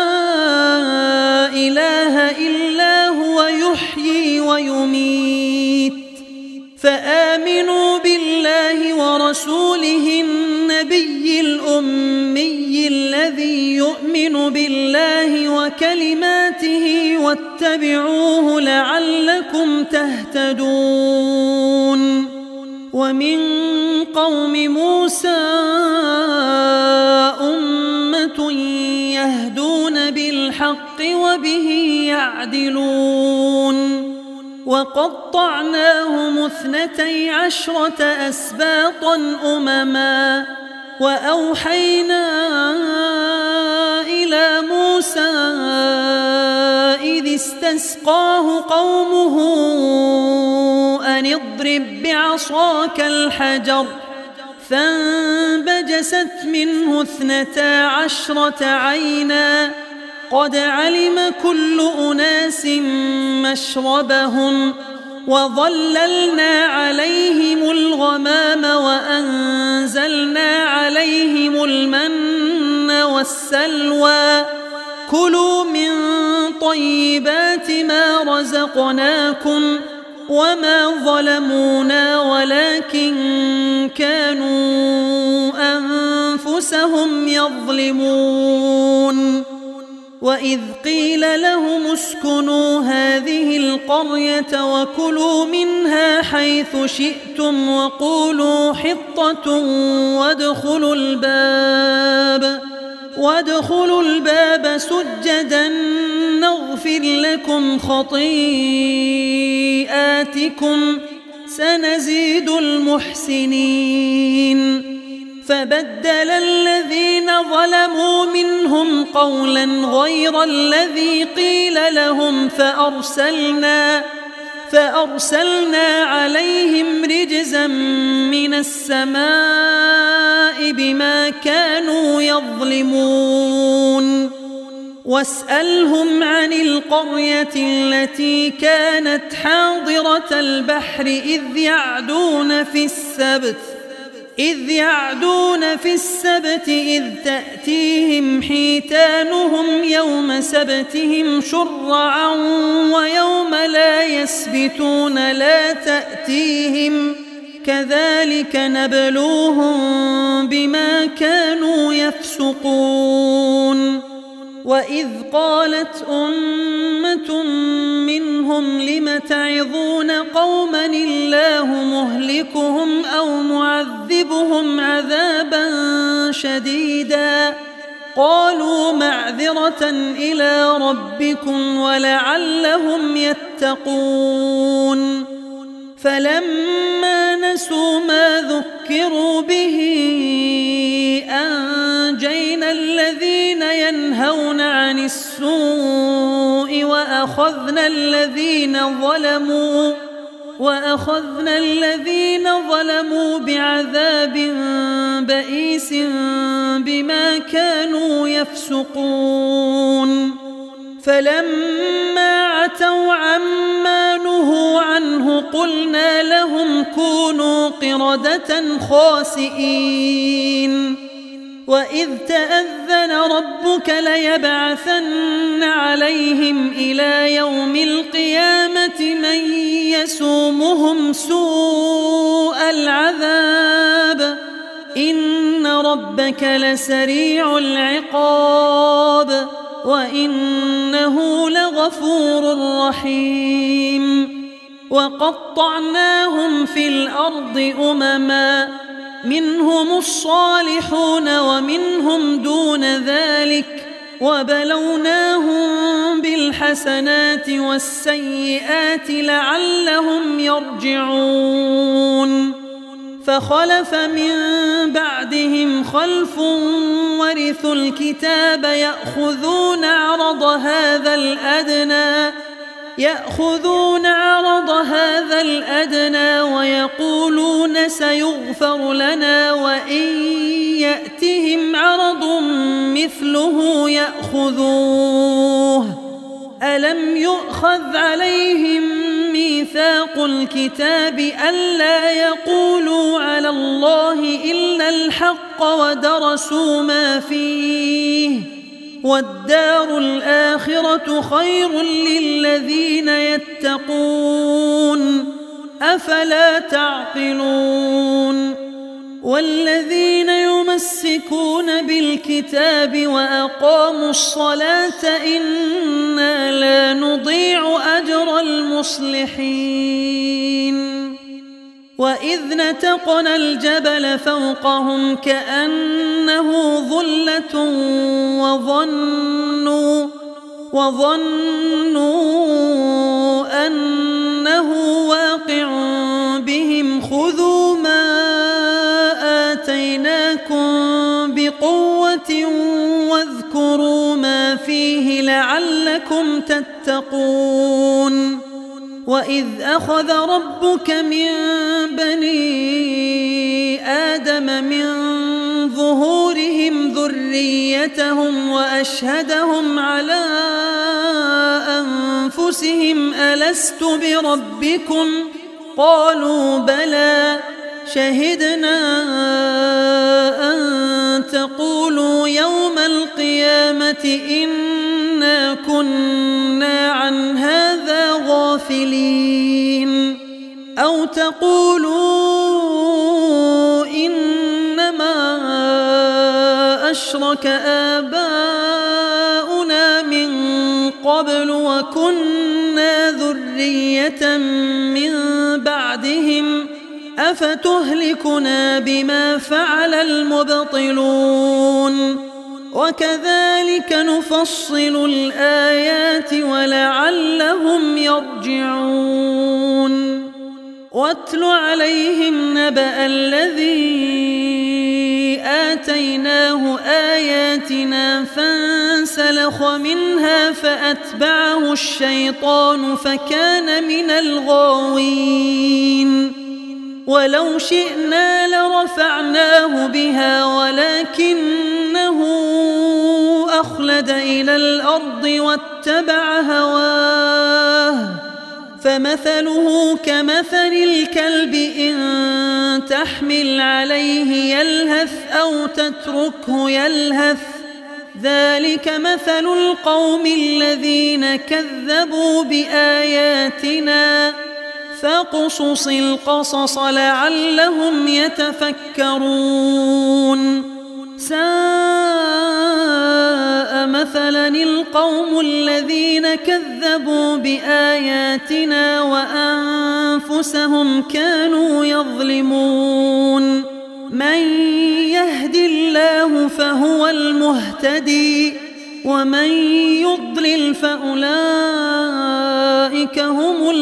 إله إلا هو يحيي ويميت فآمنوا بالله ورسوله النبي الأمي الذي يؤمن بالله وكلماته واتبعوه لعلكم تهتدون ومن قوم موسى أمة يهدون بالحق وبه يعدلون وقطعناهم اثنتي عشرة أسباطا أمما وأوحينا إلى موسى إذ استسقاه قومه أن اضرب بعصاك الحجر فانبجست منه اثنتا عشرة عينا قد علم كل أناس مشربهم وظللنا عليهم الغمام وأنزلنا عليهم المن والسلوى كلوا من طيبات ما رزقناكم وما ظلمونا ولكن كانوا أنفسهم يظلمون وإذ قيل لهم اسكنوا هذه القرية وكلوا منها حيث شئتم وقولوا حطة وادخلوا الباب وادخلوا الباب سجدا نغفر لكم خطيئاتكم سنزيد المحسنين فبدل الذين ظلموا منهم قولا غير الذي قيل لهم فأرسلنا فأرسلنا عليهم رجزا من السماء بما كانوا يظلمون واسألهم عن القرية التي كانت حاضرة البحر إذ يعدون في السبت إذ يعدون في السبت إذ تأتيهم حيتانهم يوم سبتهم شرعا ويوم لا يسبتون لا تأتيهم كذلك نبلوهم بما كانوا يفسقون وإذ قالت أمة منهم لم تعظون قوما الله مهلكهم أو معذبهم عذابا شديدا قالوا معذرة إلى ربكم ولعلهم يتقون فلما نسوا ما ذكروا به أنجينا الذين ينهون عن السوء وأخذنا الذين ظلموا وأخذنا الذين ظلموا بعذاب بئيس بما كانوا يفسقون فلما عتوا عما نهوا قلنا لهم كونوا قردة خاسئين وإذ تأذن ربك ليبعثن عليهم إلى يوم القيامة من يسومهم سوء العذاب إن ربك لسريع العقاب وإنه لغفور رحيم وقطعناهم في الأرض أمما منهم الصالحون ومنهم دون ذلك وبلوناهم بالحسنات والسيئات لعلهم يرجعون فخلف من بعدهم خلف ورثوا الكتاب يأخذون عرض هذا الأدنى يأخذون عرض هذا الأدنى ويقولون سيغفر لنا وإن يأتهم عرض مثله يأخذوه ألم يؤخذ عليهم ميثاق الكتاب ألا يقولوا على الله إلا الحق ودرسوا ما فيه والدار الآخرة خير للذين يتقون أفلا تعقلون والذين يمسكون بالكتاب وأقاموا الصلاة إنا لا نضيع أجر المصلحين وإذ نتقنا الجبل فوقهم كأنه ظلة وظنوا وظنوا أنه واقع بهم خذوا ما آتيناكم بقوة واذكروا ما فيه لعلكم تتقون وإذ أخذ ربك من بني آدم من ظهورهم ذريتهم وأشهدهم على أنفسهم ألست بربكم قالوا بلى شهدنا أن تقولوا يوم القيامة إنا كنا عن هذا غافلين أو تقولوا إنما أشرك آباؤنا من قبل وكنا ذرية من بعدهم أفتهلكنا بما فعل المبطلون وكذلك نفصل الآيات ولعلهم يرجعون واتل عليهم نبأ الذي آتيناه آياتنا فانسلخ منها فأتبعه الشيطان فكان من الغاوين ولو شئنا لرفعناه بها ولكنه أخلد إلى الأرض واتبع هواه فمثله كمثل الكلب إن تحمل عليه يلهث أو تتركه يلهث ذلك مثل القوم الذين كذبوا بآياتنا فاقصص القصص لعلهم يتفكرون ساء مثلا القوم الذين كذبوا بآياتنا وأنفسهم كانوا يظلمون من يهد الله فهو المهتدي ومن يضلل فأولئك هم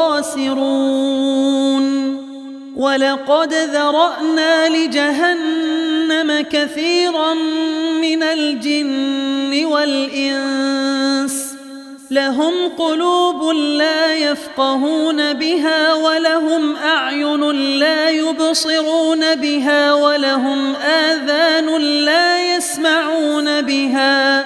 الخاسرون ولقد ذرأنا لجهنم كثيرا من الجن والإنس لهم قلوب لا يفقهون بها ولهم أعين لا يبصرون بها ولهم آذان لا يسمعون بها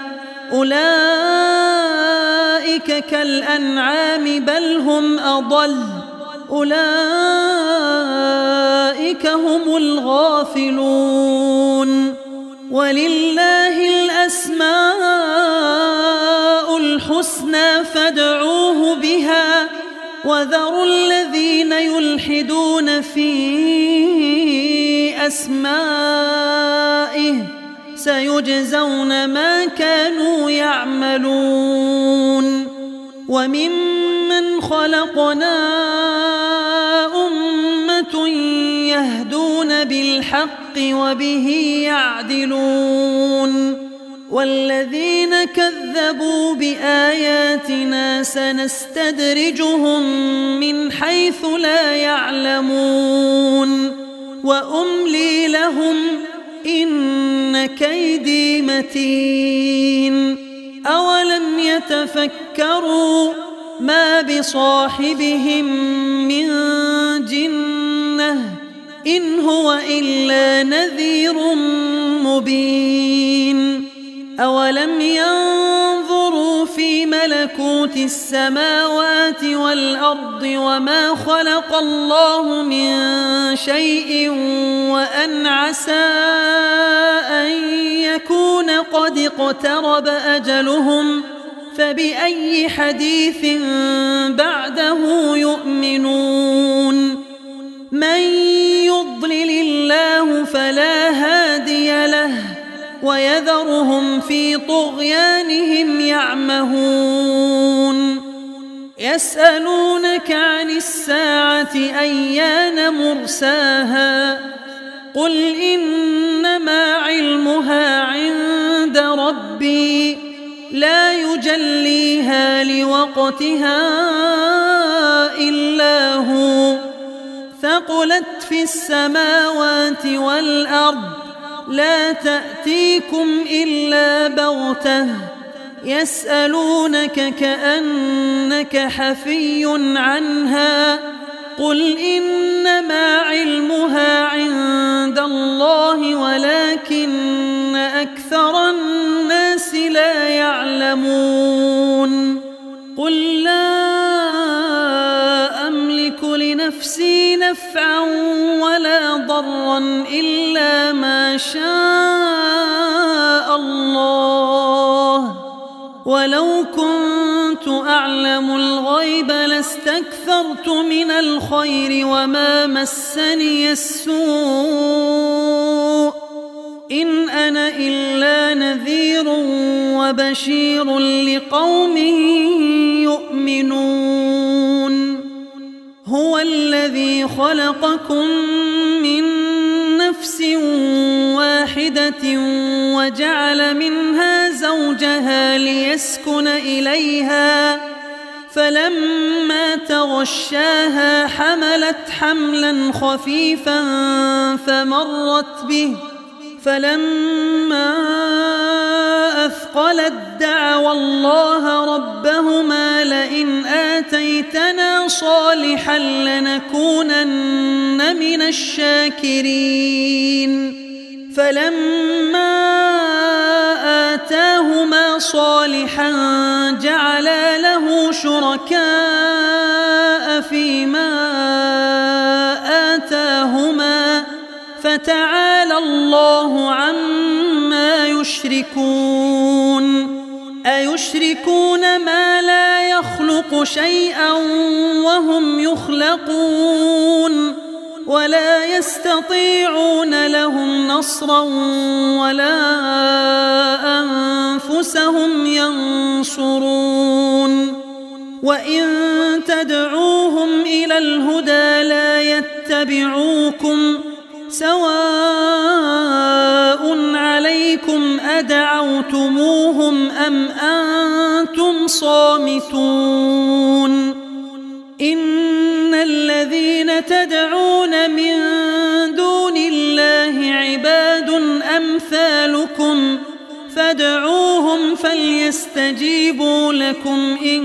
أولئك كالأنعام بل هم أضل أولئك هم الغافلون. ولله الأسماء الحسنى فادعوه بها وذروا الذين يلحدون في أسمائه سيجزون ما كانوا يعملون. وممن خلقنا أمة يهدون بالحق وبه يعدلون. والذين كذبوا بآياتنا سنستدرجهم من حيث لا يعلمون وأملي لهم إن كيدي متين. أولم يتفكروا ما بصاحبهم من جنة إن هو إلا نذير مبين. أولم ينظروا في ملكوت السماوات والأرض وما خلق الله من شيء وأن عسى أن يكون قد اقترب أجلهم فبأي حديث بعده يؤمنون. من يضلل الله فلا هادي له ويذرهم في طغيانهم يعمهون. يسألونك عن الساعة أيان مرساها قل إنما علمها عند ربي لا يجليها لوقتها إلا هو ثقلت في السماوات والأرض لا تأتيكم إلا بغتة يسألونك كأنك حفي عنها قل إنما علمها عند الله ولكن أكثر الناس لا يعلمون. قل لا أملك لنفسي نفعا ولا ضرا إلا ما شاء الله ولو كنت أعلم الغيب لاستكثرت من الخير وما مسني السوء إن أنا إلا نذير وبشير لقوم يؤمنون. هو الذي خلقكم من نفس واحدة وجعل منها زوجها ليسكن إليها فلما تغشاها حملت حملا خفيفا فمرت به فلما أثقلت دعوا الله ربهما لئن آتيتنا صالحا لنكونن من الشاكرين فلما آتاهما صالحا جعلا له شركاء فيما آتاهما فتعالى الله عما يشركون. أيشركون ما لا يخلق شيئا وهم يخلقون ولا يستطيعون لهم نصرا ولا أنفسهم ينصرون. وإن تدعوهم إلى الهدى لا يتبعوكم سواء عليكم أدعوتموهم أم أنتم صامتون. إن الذين تدعون من دون الله عباد أمثالكم فادعوهم فليستجيبوا لكم إن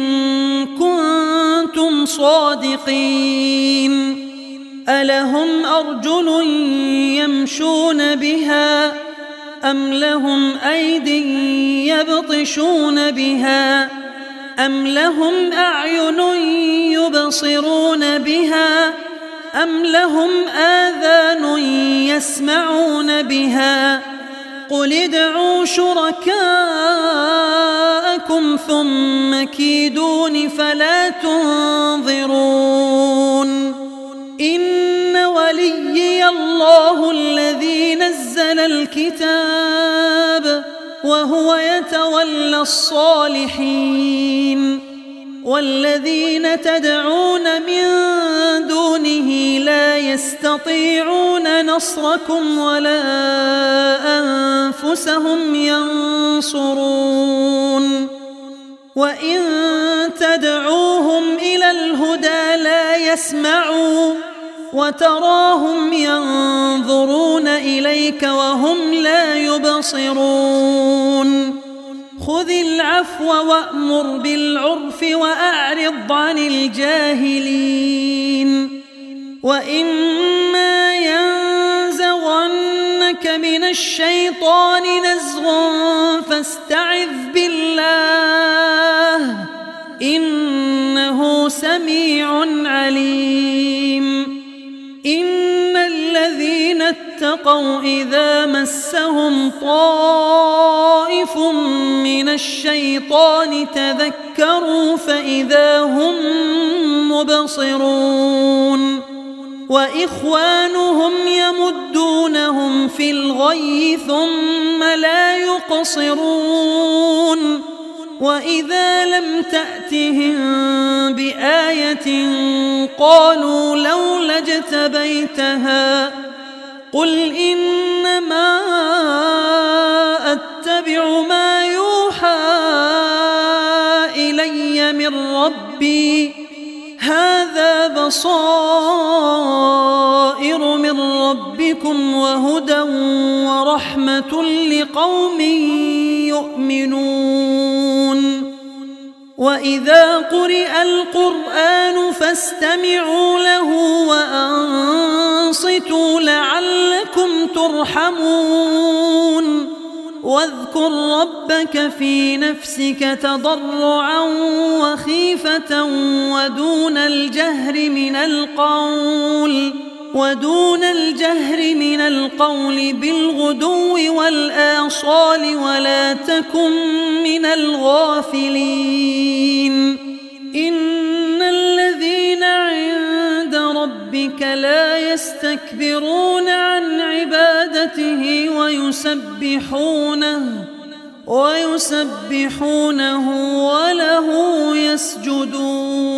كنتم صادقين. ألهم أرجل يمشون بها أم لهم أيد يبطشون بها أم لهم أعين يبصرون يبصرون بها أم لهم آذان يسمعون بها قل ادعوا شركاءكم ثم كيدون فلا تنظرون إن وليي الله الذي نزل الكتاب وهو يتولى الصالحين والذين تدعون من دونه لا يستطيعون نصركم ولا أنفسهم ينصرون وإن تدعوهم إلى الهدى لا يسمعوا وتراهم ينظرون إليك وهم لا يبصرون خذ العفو وأمر بالعرف وأعرض عن الجاهلين وإما ينزغنك من الشيطان نزغ فاستعذ بالله إنه سميع عليم إن الذين اتقوا إذا مسهم طائف من الشيطان تذكروا فإذا هم مبصرون وإخوانهم يمدونهم في الغي ثم لا يقصرون وإذا لم تأتهم بآية قالوا لولا اجتبيتها قل إنما أتبع ما يوحى إلي من ربي هذا بصائر من ربكم وهدى ورحمة لقوم يؤمنون وإذا قرئ القرآن فاستمعوا له وأنصتوا لعلكم ترحمون واذكر ربك في نفسك تضرعا وخيفة ودون الجهر من القول ودون الجهر من القول بالغدو والآصال ولا تكن من الغافلين إن الذين عند ربك لا يستكبرون عن عبادته ويسبحونه ويسبحونه وله يسجدون